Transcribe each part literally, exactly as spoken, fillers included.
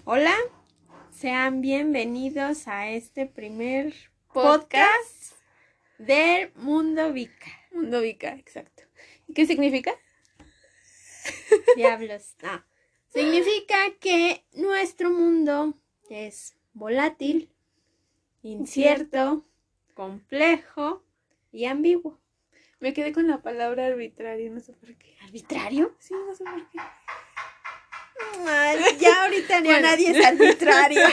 Hola, sean bienvenidos a este primer podcast del Mundo Vika. Mundo Vika, exacto. ¿Y qué significa? Diablos, no. Significa que nuestro mundo es volátil, incierto, complejo y ambiguo. Me quedé con la palabra arbitrario, no sé por qué. ¿Arbitrario? Sí, no sé por qué. Ay, ya ahorita ni a Bueno. nadie es arbitrario.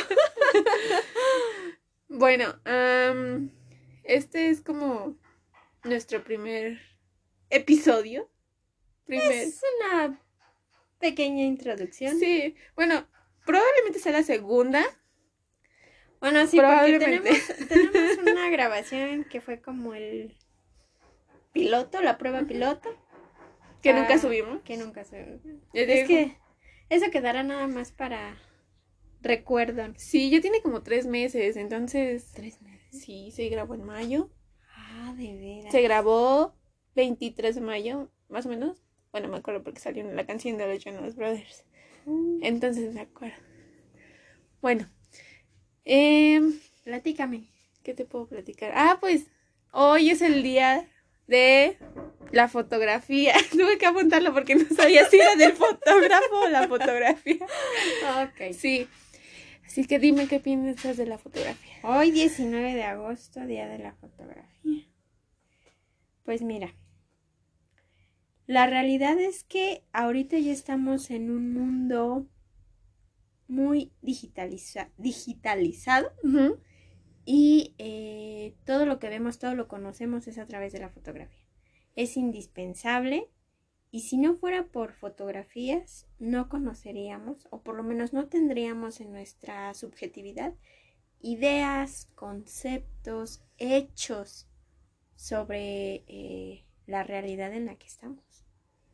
Bueno, um, este es como nuestro primer episodio. Primer. Es una pequeña introducción. Sí, bueno, probablemente sea la segunda. Bueno, sí, porque tenemos, tenemos una grabación que fue como el piloto, la prueba uh-huh. piloto. Que ah, nunca subimos. Que nunca subimos. Es que eso quedará nada más para recuerdo. Sí, ya tiene como tres meses, entonces... ¿Tres meses? Sí, se grabó en mayo. Ah, de veras. Se grabó veintitrés de mayo, más o menos. Bueno, me acuerdo porque salió en la canción de los Jonas Brothers. Uh. Entonces me acuerdo. Bueno. Eh, Platícame. ¿Qué te puedo platicar? Ah, pues hoy es el día de la fotografía. Tuve que apuntarlo porque no sabía si era del fotógrafo o la fotografía. Ok. Sí. Así que dime qué piensas de la fotografía. Hoy diecinueve de agosto, día de la fotografía. Pues mira. La realidad es que ahorita ya estamos en un mundo muy digitaliza- digitalizado. Uh-huh. Y eh, todo lo que vemos, todo lo conocemos es a través de la fotografía. Es indispensable y si no fuera por fotografías no conoceríamos o por lo menos no tendríamos en nuestra subjetividad ideas, conceptos, hechos sobre eh, la realidad en la que estamos.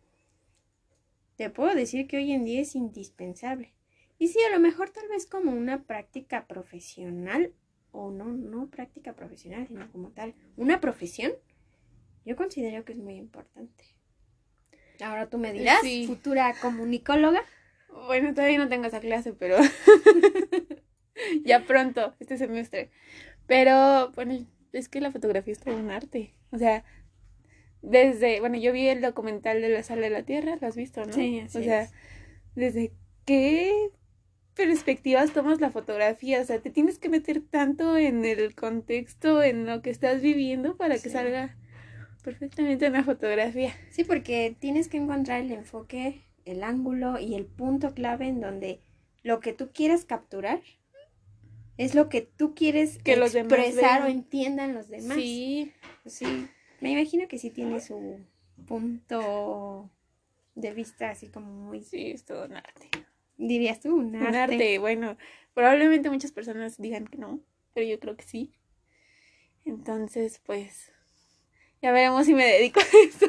Te puedo decir que hoy en día es indispensable. Y sí, a lo mejor tal vez como una práctica profesional o no, no práctica profesional, sino como tal, una profesión, yo considero que es muy importante. Ahora tú me dirás, sí. Futura comunicóloga. Bueno, todavía no tengo esa clase, pero ya pronto, este semestre. Pero, bueno, es que la fotografía es todo un arte. O sea, desde, bueno, yo vi el documental de La Sal de la Tierra, ¿lo has visto, no? Sí, así O sea, es. desde qué perspectivas tomas la fotografía, o sea, te tienes que meter tanto en el contexto, en lo que estás viviendo para que sí. salga perfectamente una fotografía. Sí, porque tienes que encontrar el enfoque, el ángulo y el punto clave en donde lo que tú quieras capturar es lo que tú quieres que expresar o entiendan los demás. Sí. Sí, me imagino que sí tiene su punto de vista así como muy... Sí, es todo un arte. ¿Dirías tú? Un arte. Un arte, bueno, probablemente muchas personas digan que no, pero yo creo que sí. Entonces, pues, ya veremos si me dedico a eso.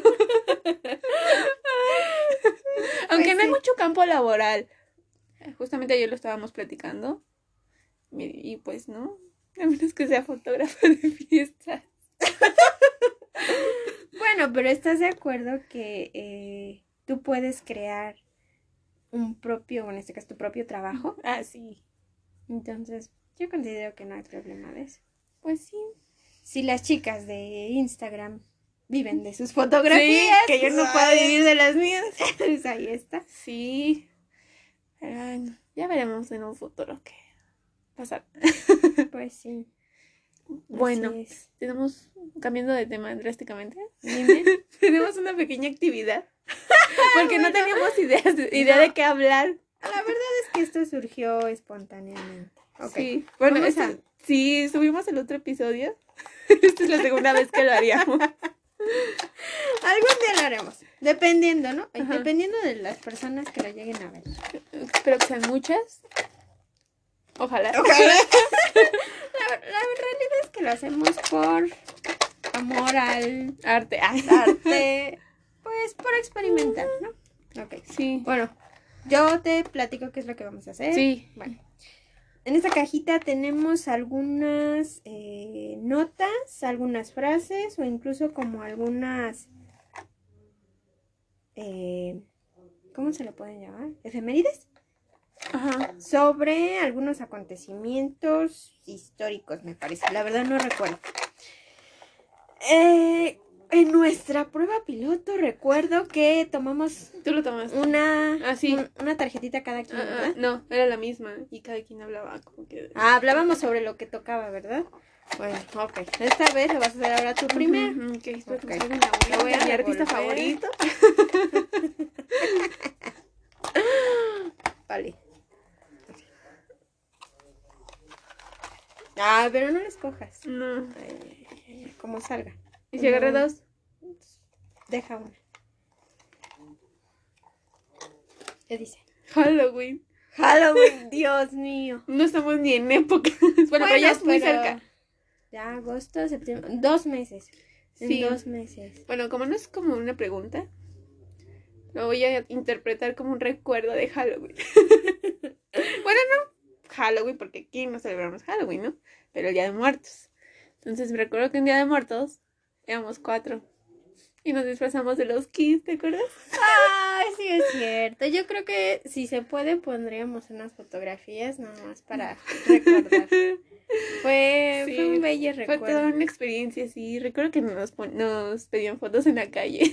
Aunque pues no sí. hay mucho campo laboral. Justamente ayer lo estábamos platicando. Y, y pues, ¿no? A menos que sea fotógrafo de fiestas. Bueno, pero ¿estás de acuerdo que eh, tú puedes crear un propio, en este caso, tu propio trabajo? Ah, sí. Entonces, yo considero que no hay problema de eso. Pues sí. Si las chicas de Instagram viven de sus fotografías, sí, que yo no puedo vivir de las mías, pues ahí está. Sí. Pero ya veremos en un futuro qué pasa. Pues sí. Bueno, tenemos, cambiando de tema drásticamente, dime, tenemos una pequeña actividad. Porque bueno. no teníamos ideas, idea no. de qué hablar. La verdad es que esto surgió espontáneamente. Okay. Sí, bueno, esto, a... sí, subimos el otro episodio. Esta es la segunda vez que lo haríamos. Algún día lo haremos. Dependiendo, ¿no? Ajá. Dependiendo de las personas que lo lleguen a ver. Espero que sean muchas. Ojalá. Ojalá. la, la realidad es que lo hacemos por amor al arte. Arte. Pues por experimentar, ¿no? Ok. Sí. Bueno, yo te platico qué es lo que vamos a hacer. Sí. Bueno. En esta cajita tenemos algunas eh, notas, algunas frases o incluso como algunas, eh, ¿cómo se le pueden llamar? ¿Efemérides? Ajá. sobre algunos acontecimientos históricos, me parece. La verdad no recuerdo. Eh, en nuestra prueba piloto recuerdo que tomamos Tú lo tomaste. una, Ah, sí. un- una tarjetita cada quien, Ah, ah, ¿verdad? no, era la misma y cada quien hablaba como que... Ah, hablábamos sobre lo que tocaba, ¿verdad? Bueno, ok. Esta vez lo vas a hacer ahora tú primero. Ujú, ok, espero que me Ok. salga una buena. Lo voy a Mi artista revolver. favorito. Vale. Ah, pero no la escojas. No. Ay, ay, ay, ay, como salga. ¿Y si agarré No. dos? Deja una. ¿Qué dice? Halloween. Halloween, Dios mío. No estamos ni en época. Bueno, pero ya es muy pero cerca. Ya, agosto, septiembre. Dos meses. Sí. En dos meses. Bueno, como no es como una pregunta, lo voy a interpretar como un recuerdo de Halloween. Bueno, no Halloween, porque aquí no celebramos Halloween, ¿no? Pero el Día de Muertos. Entonces me recuerdo que en Día de Muertos éramos cuatro. Y nos disfrazamos de los Kids, ¿te acuerdas? Ay, sí es cierto. Yo creo que si se puede pondríamos unas fotografías nada más para recordar. Fue, Sí, fue un bello Fue recuerdo. toda una experiencia, sí. Recuerdo que nos, pon- nos pedían fotos en la calle.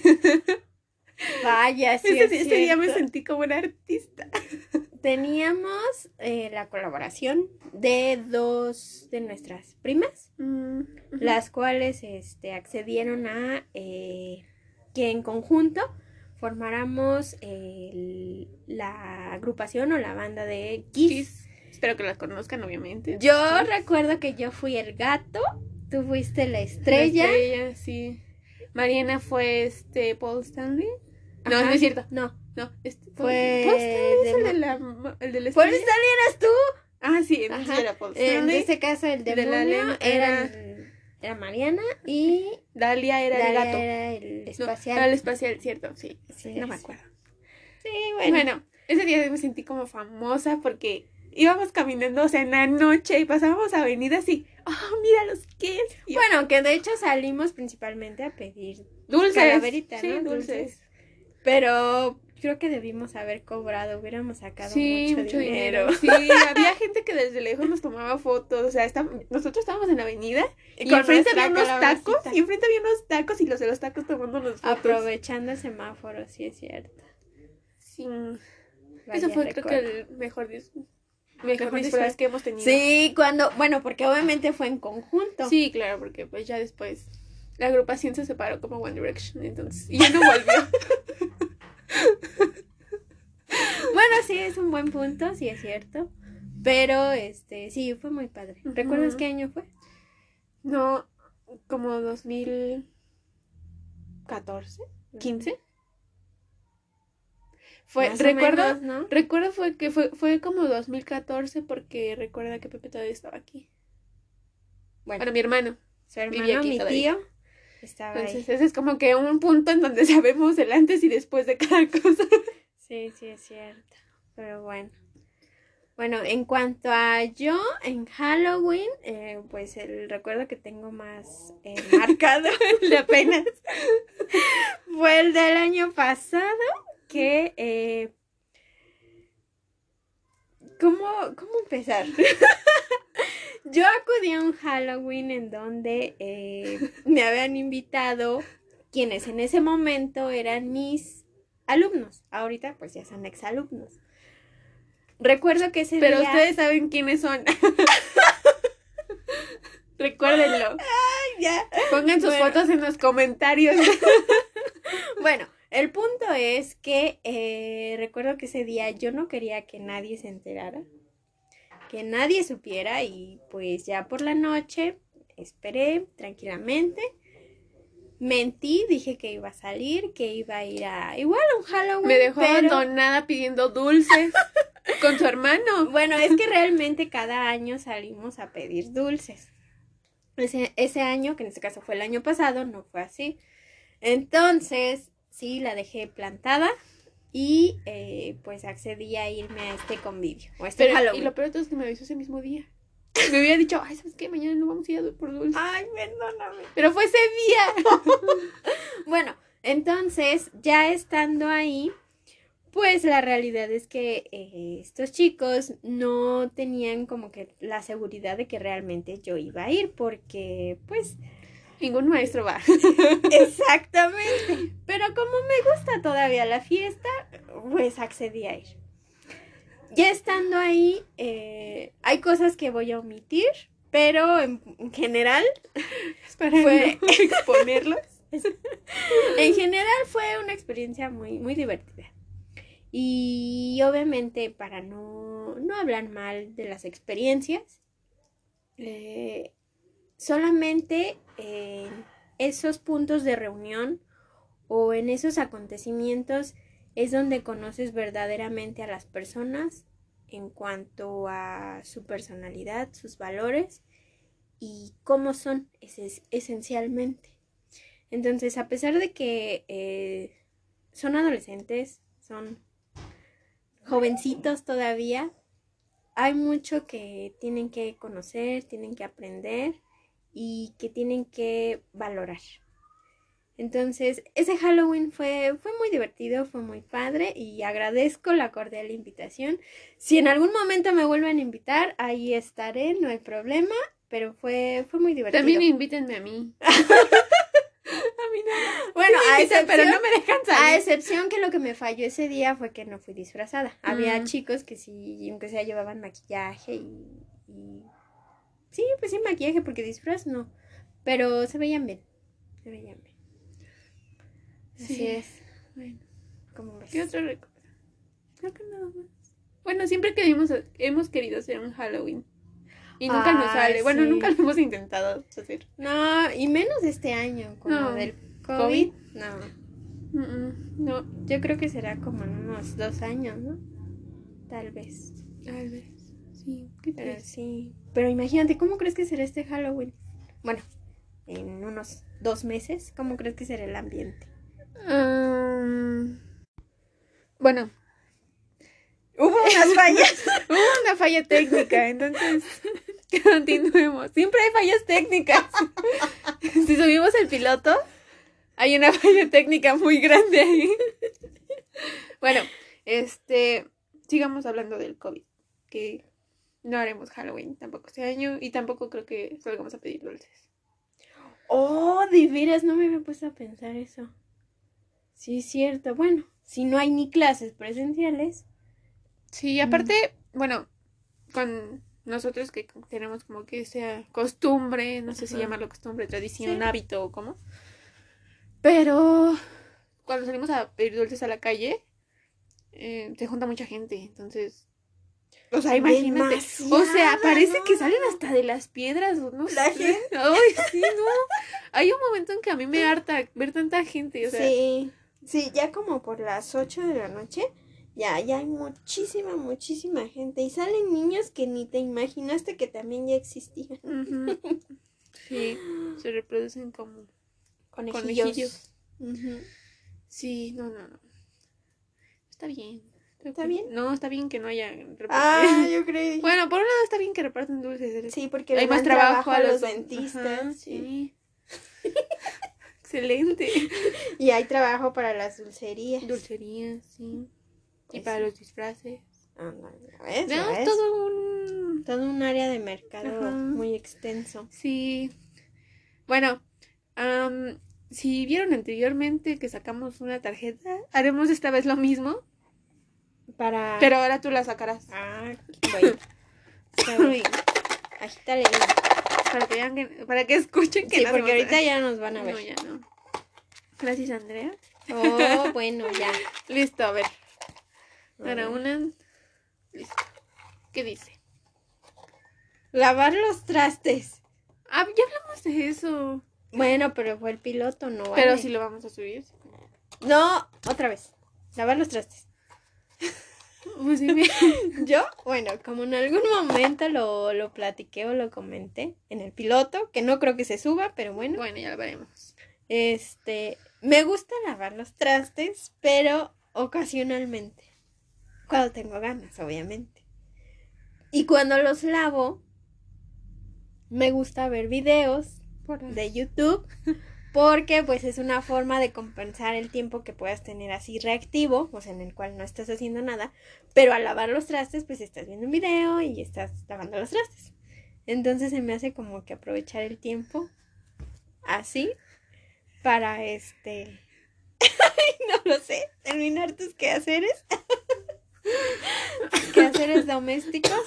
Vaya, sí ese, es ese día me cierto. sentí como una artista. Teníamos eh, la colaboración de dos de nuestras primas, Mm, ujú. las cuales este, accedieron a eh, que en conjunto formáramos el- la agrupación o la banda de Kiss. Kiss. Espero que las conozcan, obviamente. Yo Sí. recuerdo que yo fui el gato, tú fuiste la La estrella. estrella, sí. Mariana fue este Paul Stanley. No, Ajá. no es cierto. No, No, este Fue Paul Stanley es el de- de la, el de la ¿Paul estrella. Stanley eras tú? Ah, sí, entonces Ajá. era Paul En Stanley. este caso el de la demonio lengua era, era- era Mariana y Dalia era el Dalia gato. era el No, espacial. era el espacial, cierto, sí. Sí, no me es. acuerdo. Sí, bueno. Bueno, ese día me sentí como famosa porque íbamos caminando, o sea, en la noche y pasábamos avenidas y, oh, mira los Kids. Y yo, Bueno, que de hecho salimos principalmente a pedir dulces. calaverita, Sí, ¿no? dulces. Pero creo que debimos haber cobrado, hubiéramos sacado Sí, mucho, mucho dinero. dinero. Sí, había gente que desde lejos nos tomaba fotos. O sea, está- nosotros estábamos en la avenida y, con enfrente nuestra había unos calavercita. tacos. Y enfrente había unos tacos y los de los tacos tomándonos fotos. Aprovechando el semáforo, sí es cierto. Sí. Vaya Eso fue creo recuerdo. que el mejor, dis- mejor Mejor disfraz disfraz. que hemos tenido. Sí, cuando, bueno, porque obviamente fue en conjunto. Sí, claro, porque pues ya después la agrupación se separó como One Direction, entonces, y ya no volvió. Bueno, sí, es un buen punto, sí es cierto. Pero, este, sí, fue muy padre. Ujú. ¿Recuerdas qué año fue? No, como dos mil catorce, quince. Fue, Más o recuerdo, menos, ¿no? recuerdo fue que fue, fue como dos mil catorce porque recuerda que Pepe todavía estaba aquí. Bueno, Bueno, mi hermano. su vivía hermano, aquí mi todavía. tío, estaba Entonces, ahí. ese es como que un punto en donde sabemos el antes y después de cada cosa. Sí, sí, es cierto. Pero bueno. Bueno, en cuanto a yo, en Halloween, eh, pues el recuerdo que tengo más eh, marcado de apenas fue el del año pasado, que... Eh, ¿cómo, ¿Cómo empezar? Yo acudí a un Halloween en donde eh, me habían invitado quienes en ese momento eran mis alumnos. Ahorita pues ya son exalumnos. Recuerdo que ese Pero día... ustedes saben quiénes son. Recuérdenlo. ya. Pongan sus Bueno. fotos en los comentarios. Bueno, el punto es que eh, recuerdo que ese día yo no quería que nadie se enterara, que nadie supiera, y pues ya por la noche esperé tranquilamente. Mentí, dije que iba a salir, que iba a ir a igual a un Halloween. Me dejó pero... abandonada pidiendo dulces con su hermano. Bueno, es que realmente cada año salimos a pedir dulces. Ese, ese año, que en este caso fue el año pasado, no fue así. Entonces, sí, la dejé plantada y eh, pues accedí a irme a este convivio, o a este Pero, Halloween. y lo peor de todo es que me avisó ese mismo día. Me había dicho, ay, ¿sabes qué? Mañana no vamos a ir a por dulces. Ay, perdóname. Pero fue ese día. Bueno, entonces, ya estando ahí, pues la realidad es que eh, estos chicos no tenían como que la seguridad de que realmente yo iba a ir, porque pues... Ningún maestro va. Exactamente. Pero como me gusta todavía la fiesta, pues accedí a ir. Ya estando ahí, eh, hay cosas que voy a omitir, pero en, en general... Para fue... no exponerlos. En general fue una experiencia muy, muy divertida. Y obviamente para no, no hablar mal de las experiencias, eh, solamente en esos puntos de reunión o en esos acontecimientos es donde conoces verdaderamente a las personas en cuanto a su personalidad, sus valores y cómo son es- esencialmente. Entonces, a pesar de que eh, son adolescentes, son jovencitos todavía, hay mucho que tienen que conocer, tienen que aprender y que tienen que valorar. Entonces, ese Halloween fue, fue muy divertido, fue muy padre y agradezco la cordial invitación. Si en algún momento me vuelven a invitar, ahí estaré, no hay problema, pero fue, fue muy divertido. También invítenme a mí. A mí no. Bueno, Sí, a invitan, excepción, pero no me dejan salir. A excepción que lo que me falló ese día fue que no fui disfrazada. Mm. Había Mm. chicos que sí, aunque sea, llevaban maquillaje y, y... Sí, pues sí, maquillaje, porque disfraz no. Pero se veían bien. Se veían bien. Así Sí. es. Bueno, ¿Cómo ves? ¿qué otro recuerdo? Creo que nada más. Bueno, siempre que hemos, hemos querido hacer un Halloween. Y nunca Ah, nos sale. Bueno, sí. nunca lo hemos intentado hacer. No, y menos este año, como No. del COVID. ¿COVID? No. Mm-mm, no. Yo creo que será como en unos dos años, ¿no? Tal vez. Tal vez. Sí, qué Pero triste. sí. Pero imagínate, ¿cómo crees que será este Halloween? Bueno, en unos dos meses, ¿cómo crees que será el ambiente? Um, bueno. Hubo unas fallas. Hubo una falla técnica, entonces continuemos. Siempre hay fallas técnicas. Si subimos el piloto, hay una falla técnica muy grande ahí. Bueno, este, sigamos hablando del COVID, que no haremos Halloween tampoco este año y tampoco creo que salgamos a pedir dulces. Oh, de veras, no me había puesto a pensar eso. Sí, es cierto. Bueno, si no hay ni clases presenciales. Sí, aparte, mm. bueno, con nosotros que tenemos como que esa costumbre, no sé Ajá. si llamarlo costumbre, tradición, sí. hábito o cómo. Pero cuando salimos a pedir dulces a la calle, eh, se junta mucha gente, entonces... O sea, imagínate. Demasiada, o sea, parece ¿no? que salen hasta de las piedras, no la sé. Gente. Ay, sí, no. Hay un momento en que a mí me harta ver tanta gente, o sea. Sí, sí, ya como por las ocho de la noche, ya, ya hay muchísima, muchísima gente. Y salen niños que ni te imaginaste que también ya existían. Uh-huh. Sí, se reproducen como conejillos. conejillos. Uh-huh. Sí, no, no, no. Está bien. ¿Está bien? No, está bien que no haya reparten. Ah, yo creí. Bueno, por un lado está bien que reparten dulces. Sí, porque hay más trabajo, trabajo a los, los dentistas. Ajá, sí. sí. Excelente. Y hay trabajo para las dulcerías. Dulcerías, sí. Pues y para sí. los disfraces. Ah, no, ¿ves? No, es todo un... Todo un área de mercado Ajá. muy extenso. Sí. Bueno, um, si vieron anteriormente que sacamos una tarjeta, haremos esta vez lo mismo. Para... Pero ahora tú la sacarás. Ah, bueno. Agítale. Para que vean que, para que escuchen que sí, porque ahorita ya nos van a ver. No, ya no. Gracias, Andrea. Oh, bueno, ya. Listo, a ver. Para una. Listo. ¿Qué dice? Lavar los trastes. Ah, ya hablamos de eso. Bueno, pero fue el piloto, no vale. Pero si lo vamos a subir. No, otra vez. Lavar los trastes. Pues sí, bien. Yo, bueno, como en algún momento lo, lo platiqué o lo comenté en el piloto, que no creo que se suba, pero bueno. Bueno, ya lo veremos. Este, me gusta lavar los trastes, pero ocasionalmente. Cuando tengo ganas, obviamente. Y cuando los lavo, me gusta ver videos de YouTube porque pues es una forma de compensar el tiempo que puedas tener así reactivo, o sea, en el cual no estás haciendo nada, pero al lavar los trastes pues estás viendo un video y estás lavando los trastes. Entonces se me hace como que aprovechar el tiempo así para este, no lo sé, terminar tus quehaceres, tus quehaceres domésticos.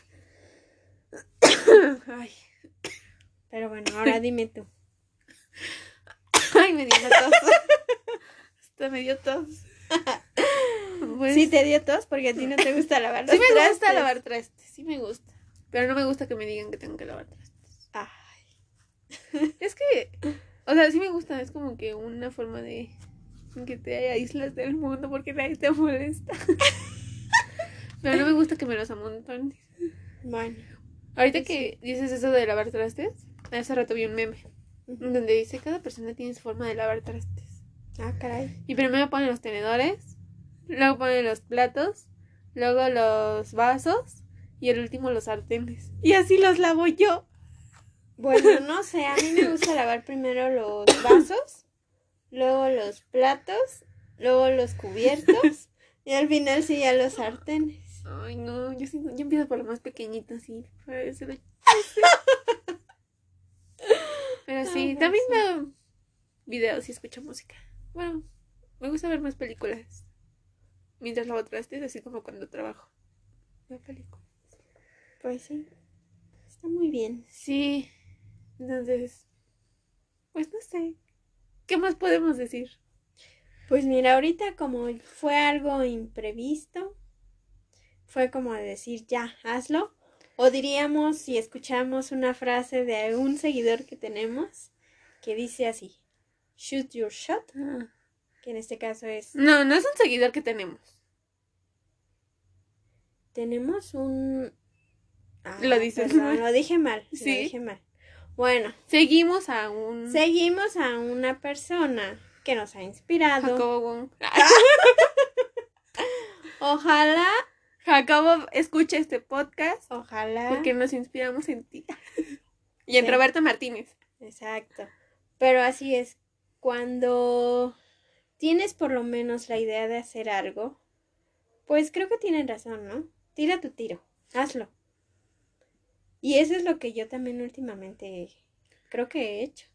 Ay. Pero bueno, ahora dime tú. Ay, me dio una tos. Hasta me dio tos. Pues, ¿sí te dio tos? Porque a ti no te gusta lavar los sí me trastes. gusta lavar trastes, sí me gusta. Pero no me gusta que me digan que tengo que lavar trastes. Ay. Es que, o sea, sí me gusta, es como que una forma de que te aíslas del mundo porque nadie te molesta. Pero no me gusta que me los amontones. Bueno. Ahorita pues que sí. Dices eso de lavar trastes, hace rato vi un meme uh-huh. donde dice cada persona tiene su forma de lavar trastes. Ah, caray. Y primero ponen los tenedores, luego ponen los platos, luego los vasos y el último los sartenes. Y así los lavo yo. Bueno, no sé, a mí me gusta lavar primero los vasos, luego los platos, luego los cubiertos y al final sí ya los sartenes. Ay, no, yo, sí, yo empiezo por lo más pequeñito, sí. Pero sí, pero sí no, también sí. Veo videos y escucho música. Bueno, me gusta ver más películas mientras lavo trastes, así como cuando trabajo. Veo películas. Pues sí, está muy bien. Sí, entonces, pues no sé, ¿qué más podemos decir? Pues mira, ahorita como fue algo imprevisto, fue como de decir, ya, hazlo. O diríamos, si escuchamos una frase de un seguidor que tenemos, que dice así, shoot your shot, ah. que en este caso es... No, no es un seguidor que tenemos. Tenemos un... Ah, lo dices perdón, lo dije mal, sí. Lo dije mal. Bueno. Seguimos a un... Seguimos a una persona que nos ha inspirado. Jacobo Wong. Ojalá Jacobo escuche este podcast. Ojalá. Porque nos inspiramos en ti. Y en sí. Roberto Martínez. Exacto. Pero así es. Cuando tienes por lo menos la idea de hacer algo, pues creo que tienen razón, ¿no? Tira tu tiro. Hazlo. Y eso es lo que yo también últimamente creo que he hecho.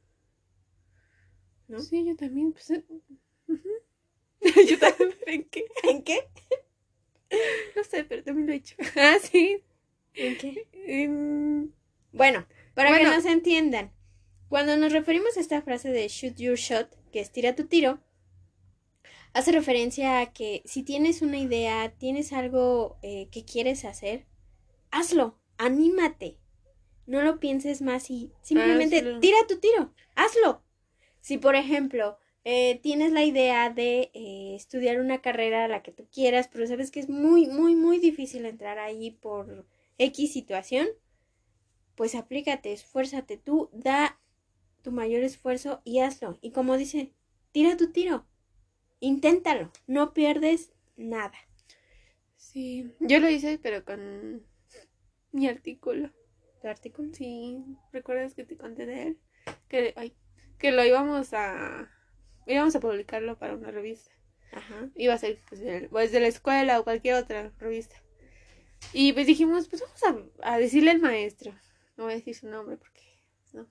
¿No? Sí, yo también. Pues, uh-huh. Yo también. ¿En qué? ¿En qué? No sé, pero también lo he hecho. Ah, sí. ¿En qué? En... Bueno, para bueno. que nos entiendan. Cuando nos referimos a esta frase de shoot your shot, que es tira tu tiro, hace referencia a que si tienes una idea, tienes algo eh, que quieres hacer, hazlo, anímate. No lo pienses más y simplemente hazlo. Tira tu tiro, hazlo. Si, por ejemplo, eh, tienes la idea de eh, estudiar una carrera a la que tú quieras, pero sabes que es muy, muy, muy difícil entrar ahí por X situación, pues aplícate, esfuérzate, tú da tu mayor esfuerzo y hazlo. Y como dice, tira tu tiro, inténtalo, no pierdes nada. Sí, yo lo hice, pero con mi artículo. ¿Tu artículo? Sí, ¿recuerdas que te conté de él? Que, ay, que lo íbamos a íbamos a publicarlo para una revista. Ajá. Iba a ser pues, de, pues de la escuela o cualquier otra revista. Y pues dijimos, pues vamos a, a decirle al maestro. No voy a decir su nombre porque no.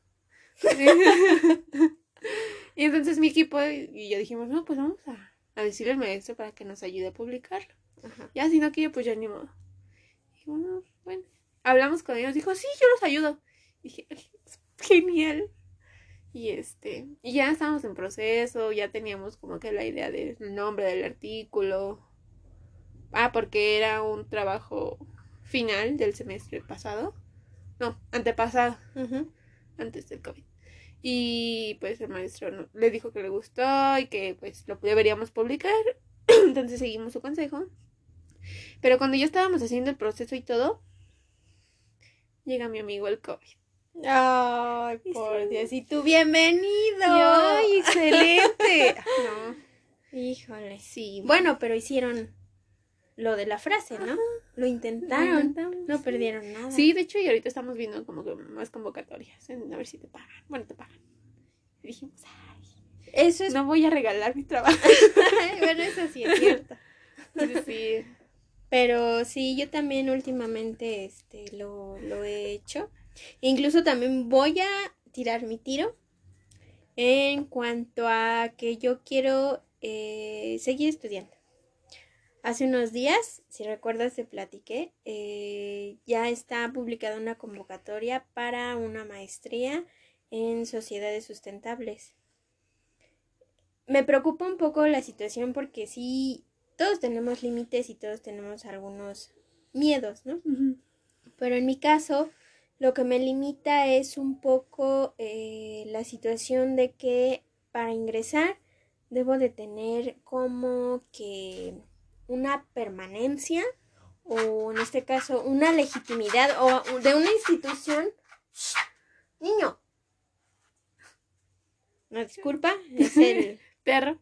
Y entonces mi equipo y yo dijimos, no, pues vamos a, a decirle al maestro para que nos ayude a publicarlo. Ajá. Ya, si no quiere, pues ya ni modo. Dijimos, no, bueno. Hablamos con ellos, dijo, sí, yo los ayudo. Y dije, genial. Y este, y ya estábamos en proceso, ya teníamos como que la idea del nombre del artículo. Ah, porque era un trabajo final del semestre pasado. No, antepasado. Uh-huh. Antes del COVID. Y pues el maestro no, le dijo que le gustó y que pues lo deberíamos publicar. Entonces seguimos su consejo. Pero cuando ya estábamos haciendo el proceso y todo, llega mi amigo el COVID. Ay, por sí. Dios. Y tú, bienvenido. Ay, excelente. No. Híjole, sí. Bueno, pero hicieron lo de la frase, ¿no? Ajá. Lo intentaron. Lo no sí. perdieron nada. Sí, de hecho, y ahorita estamos viendo como que más convocatorias. A ver si te pagan. Bueno, te pagan. Y dijimos, ay, eso es... no voy a regalar mi trabajo. Bueno, eso sí es cierto. Sí. Pero sí, yo también últimamente este, lo, lo he hecho. Incluso también voy a tirar mi tiro en cuanto a que yo quiero eh, seguir estudiando. Hace unos días, si recuerdas, te platiqué, eh, ya está publicada una convocatoria para una maestría en sociedades sustentables. Me preocupa un poco la situación porque sí, todos tenemos límites y todos tenemos algunos miedos, ¿no? Uh-huh. Pero en mi caso, lo que me limita es un poco eh, la situación de que para ingresar debo de tener como que una permanencia o en este caso una legitimidad o de una institución. Niño. No, disculpa, es el perro.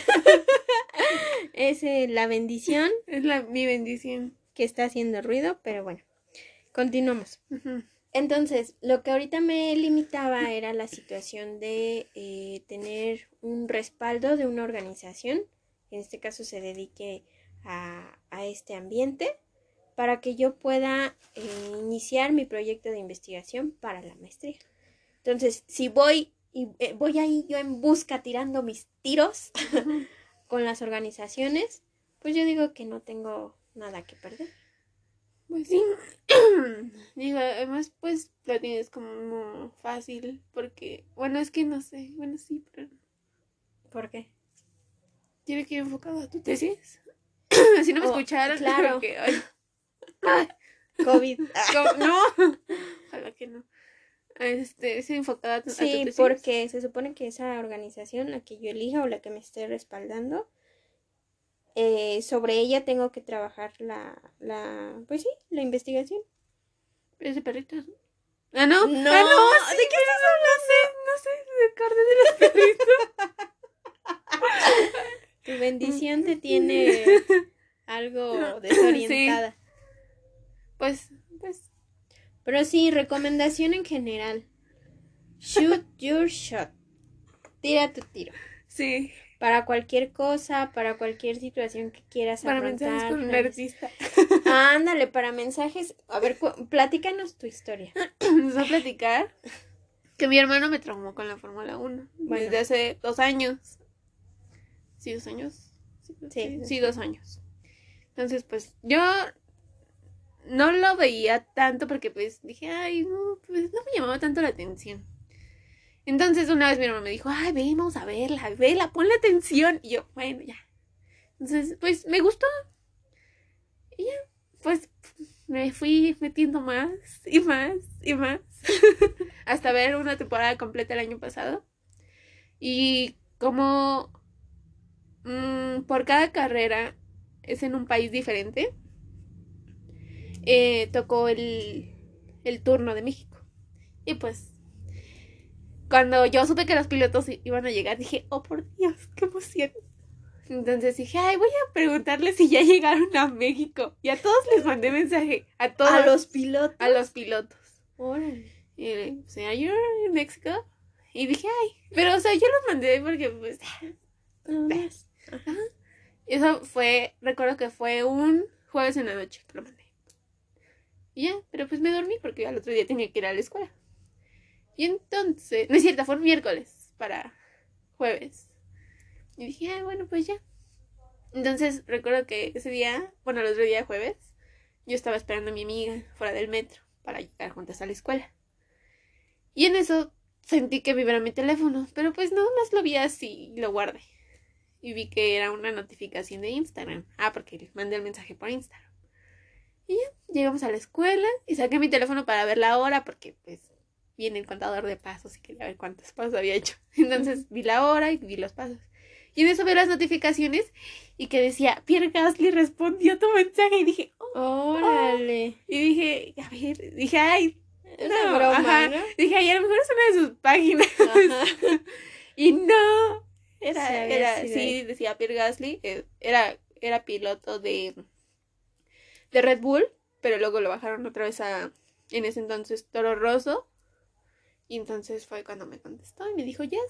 es el, la bendición. Es la, mi bendición. Que está haciendo ruido, pero bueno, continuamos. Uh-huh. Entonces, lo que ahorita me limitaba era la situación de eh, tener un respaldo de una organización, que en este caso se dedique a, a este ambiente, para que yo pueda eh, iniciar mi proyecto de investigación para la maestría. Entonces, si voy y eh, voy ahí yo en busca tirando mis tiros uh-huh. con las organizaciones, pues yo digo que no tengo nada que perder. Pues sí. Digo, además pues lo tienes como fácil porque, bueno, es que no sé, bueno sí, pero... ¿Por qué? Tiene que ir enfocado a tu tesis. Si no me oh, escucharon, claro. Porque, ay, ay, COVID. No, ojalá que no. Este, es enfocada a tu, sí, a tu tesis. Porque se supone que esa organización, la que yo elija o la que me esté respaldando, eh, sobre ella tengo que trabajar la, la, pues sí, la investigación. ¿Es de perritos? Ah, no. No, ah, no sí, ¿de qué estás hablando? No sé, no sé, me acordé de los perritos. Tu bendición te tiene algo desorientada. Sí. Pues, pues. Pero sí, recomendación en general. Shoot your shot. Tira tu tiro. Sí. Para cualquier cosa, para cualquier situación que quieras para afrontar. Para mensajes con un artista. Ándale, para mensajes. A ver, cu- platícanos tu historia. Nos va a platicar que mi hermano me traumó con la Fórmula uno. Bueno. Desde hace dos años. ¿Sí, dos años? Sí, sí, sí, dos años. Entonces, pues, yo no lo veía tanto porque, pues, dije, ay, no, pues, no me llamaba tanto la atención. Entonces, una vez mi hermano me dijo, ay, ve, vamos a verla, vela, ponle atención. Y yo, bueno, ya. Entonces, pues, me gustó. Y ya, pues, me fui metiendo más y más y más. Hasta ver una temporada completa el año pasado. Y como mmm, por cada carrera es en un país diferente, eh, tocó el, el turno de México. Y pues, cuando yo supe que los pilotos iban a llegar, dije, oh por Dios, qué emoción. Entonces dije, ay, voy a preguntarles si ya llegaron a México. Y a todos les mandé mensaje. A todos. ¿A los pilotos? A los pilotos. Órale. Y le dije, o sea, ¿you're in Mexico? Y dije, ay. Pero, o sea, yo los mandé porque, pues... ¿Ves? Ajá. Eso fue, recuerdo que fue un jueves en la noche que lo mandé. Y ya, pero pues me dormí porque al otro día tenía que ir a la escuela. Y entonces, no es cierto, fue un miércoles para jueves. Y dije, ah, bueno, pues ya. Entonces, recuerdo que ese día, bueno, el otro día jueves, yo estaba esperando a mi amiga fuera del metro para llegar juntas a la escuela. Y en eso sentí que vibraba mi teléfono, pero pues no más lo vi así y lo guardé. Y vi que era una notificación de Instagram. Ah, porque mandé el mensaje por Instagram. Y ya, llegamos a la escuela y saqué mi teléfono para ver la hora porque pues viene el contador de pasos y quería ver cuántos pasos había hecho. Entonces vi la hora y vi los pasos. Y en eso veo las notificaciones y que decía, Pierre Gasly respondió a tu mensaje. Y dije, oh, órale. Oh. Y dije, a ver, dije, ay, es no, una broma, ajá. ¿no? Dije, ay, a lo mejor es una de sus páginas. Y no, era, sí, era, sí, ahí. Decía Pierre Gasly, eh, era, era piloto de, de Red Bull, pero luego lo bajaron otra vez a, en ese entonces, Toro Rosso. Y entonces fue cuando me contestó y me dijo, yes.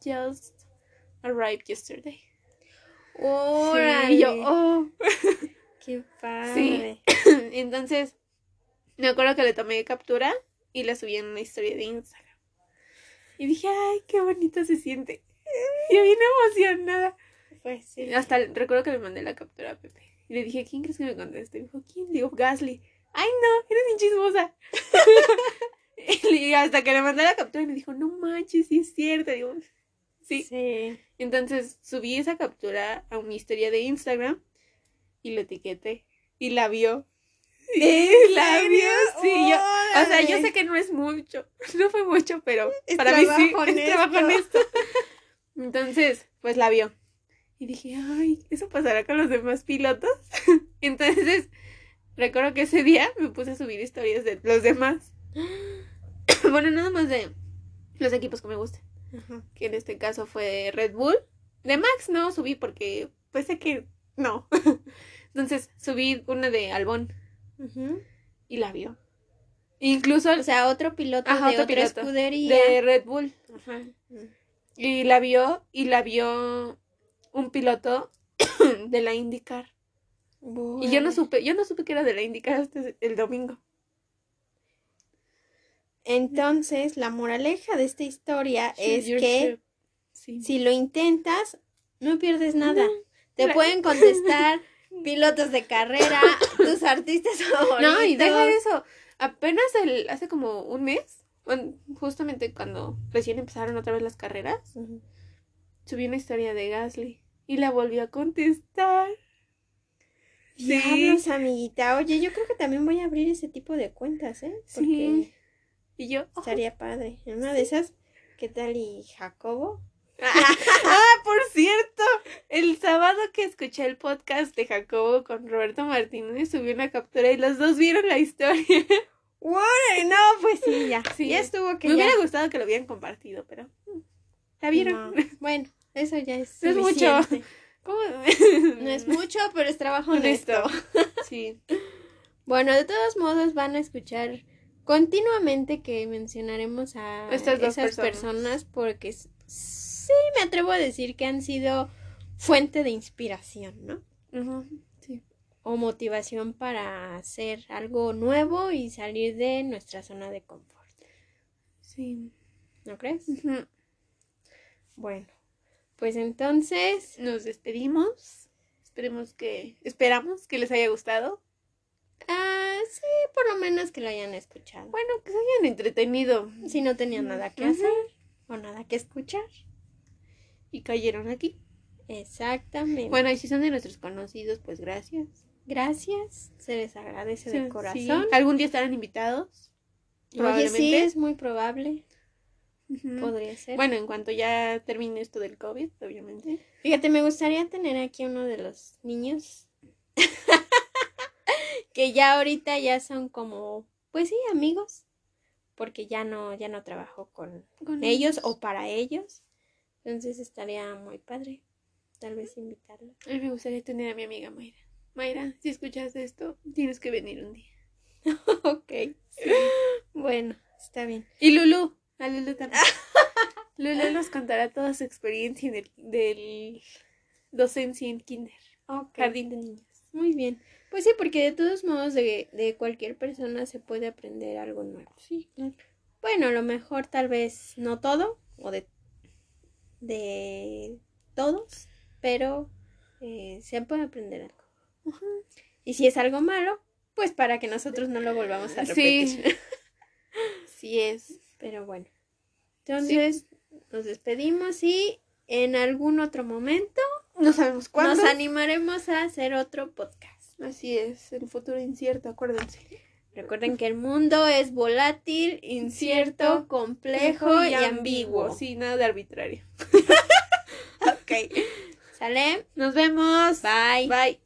just arrived yesterday. ¡Órale! Sí, y yo, oh. ¡Qué padre! Sí. Entonces, me acuerdo que le tomé captura y la subí en una historia de Instagram. Y dije, ay, qué bonito se siente. Y yo bien emocionada. Pues sí. Hasta recuerdo que le mandé la captura a Pepe. Y le dije, ¿quién crees que me conteste? Y dijo, ¿quién? Le digo, Gasly. Ay, no, eres bien chismosa. Y hasta que le mandé la captura y me dijo, no manches, sí es cierto. Digo, sí. Sí. Entonces subí esa captura a mi historia de Instagram y lo etiqueté. Y la vio. Sí, la vio, sí. Yo, o sea, yo sé que no es mucho. No fue mucho, pero es para mí sí, honesto. es trabajo honesto. Entonces, pues la vio. Y dije, ay, ¿eso pasará con los demás pilotos? Entonces, recuerdo que ese día me puse a subir historias de los demás. Bueno, nada más de los equipos que me gustan. Ajá. Que en este caso fue Red Bull. De Max no subí porque pues sé que no. Entonces subí una de Albón. Uh-huh. Y la vio. Incluso, o sea, otro piloto ajá, de otro otra piloto escudería. de Red Bull. Ajá. Y la vio, y la vio un piloto de la IndyCar. Bueno. Y yo no supe, yo no supe que era de la IndyCar hasta el domingo. Entonces, la moraleja de esta historia Shoot es your que shot. Sí. si lo intentas, no pierdes nada. No. Te Claro. pueden contestar pilotos de carrera, tus artistas favoritos. No, y deja eso. Apenas el, hace como un mes, bueno, justamente cuando recién empezaron otra vez las carreras, Uh-huh. subí una historia de Gasly y la volvió a contestar. Diablos, Sí. amiguita. Oye, yo creo que también voy a abrir ese tipo de cuentas, ¿eh? Porque Sí. Y yo, oh. estaría padre. En una de esas, ¿qué tal y Jacobo? Ah, por cierto, el sábado que escuché el podcast de Jacobo con Roberto Martínez, subí una captura y los dos vieron la historia. Bueno, no, pues sí, ya. Sí. Ya estuvo que Me ya. hubiera gustado que lo hubieran compartido, pero la vieron. No. Bueno, eso ya es No es mucho. suficiente. ¿Cómo? No es mucho, pero es trabajo honesto. Honesto. Sí. Bueno, de todos modos van a escuchar continuamente que mencionaremos a Estas dos esas personas. personas. Porque s- sí me atrevo a decir que han sido fuente de inspiración, ¿no? Uh-huh. Sí. O motivación para hacer algo nuevo y salir de nuestra zona de confort. Sí. ¿No crees? Uh-huh. Bueno, pues entonces Nos despedimos. Esperemos que, esperamos que les haya gustado. Ah, sí, por lo menos que lo hayan escuchado. Bueno, que se hayan entretenido. Si no tenían nada que Ujú. hacer o nada que escuchar. Y cayeron aquí. Exactamente. Bueno, y si son de nuestros conocidos, pues gracias. Gracias, se les agradece de Sí, corazón. sí. Algún día estarán invitados. Oye, Probablemente. sí, es muy probable. Ujú. Podría ser. Bueno, en cuanto ya termine esto del COVID, obviamente. Fíjate, me gustaría tener aquí uno de los niños que ya ahorita ya son como, pues sí, amigos, porque ya no, ya no trabajo con, Con ellos o para ellos. Entonces estaría muy padre, tal vez invitarlo. A mí me gustaría tener a mi amiga Mayra. Mayra, si escuchas esto, tienes que venir un día. Ok, sí. Bueno, está bien. Y Lulu, a Lulu también. Lulu nos contará toda su experiencia del, del docencia en kinder, Ok. jardín de niños. Muy bien. Pues sí, porque de todos modos de, de cualquier persona se puede aprender algo nuevo. Sí, claro. Bueno, a lo mejor tal vez no todo, o de, de todos, pero eh, se puede aprender algo. Uh-huh. Y si es algo malo, pues para que nosotros no lo volvamos a repetir. Sí. Sí es. Pero bueno. Entonces, sí. Nos despedimos y en algún otro momento no sabemos cuándo nos animaremos a hacer otro podcast. Así es, el futuro incierto, acuérdense. Recuerden que el mundo es volátil, incierto, complejo y, y ambiguo. ambiguo. Sí, nada de arbitrario. Ok. ¿Sale? Nos vemos. Bye. Bye.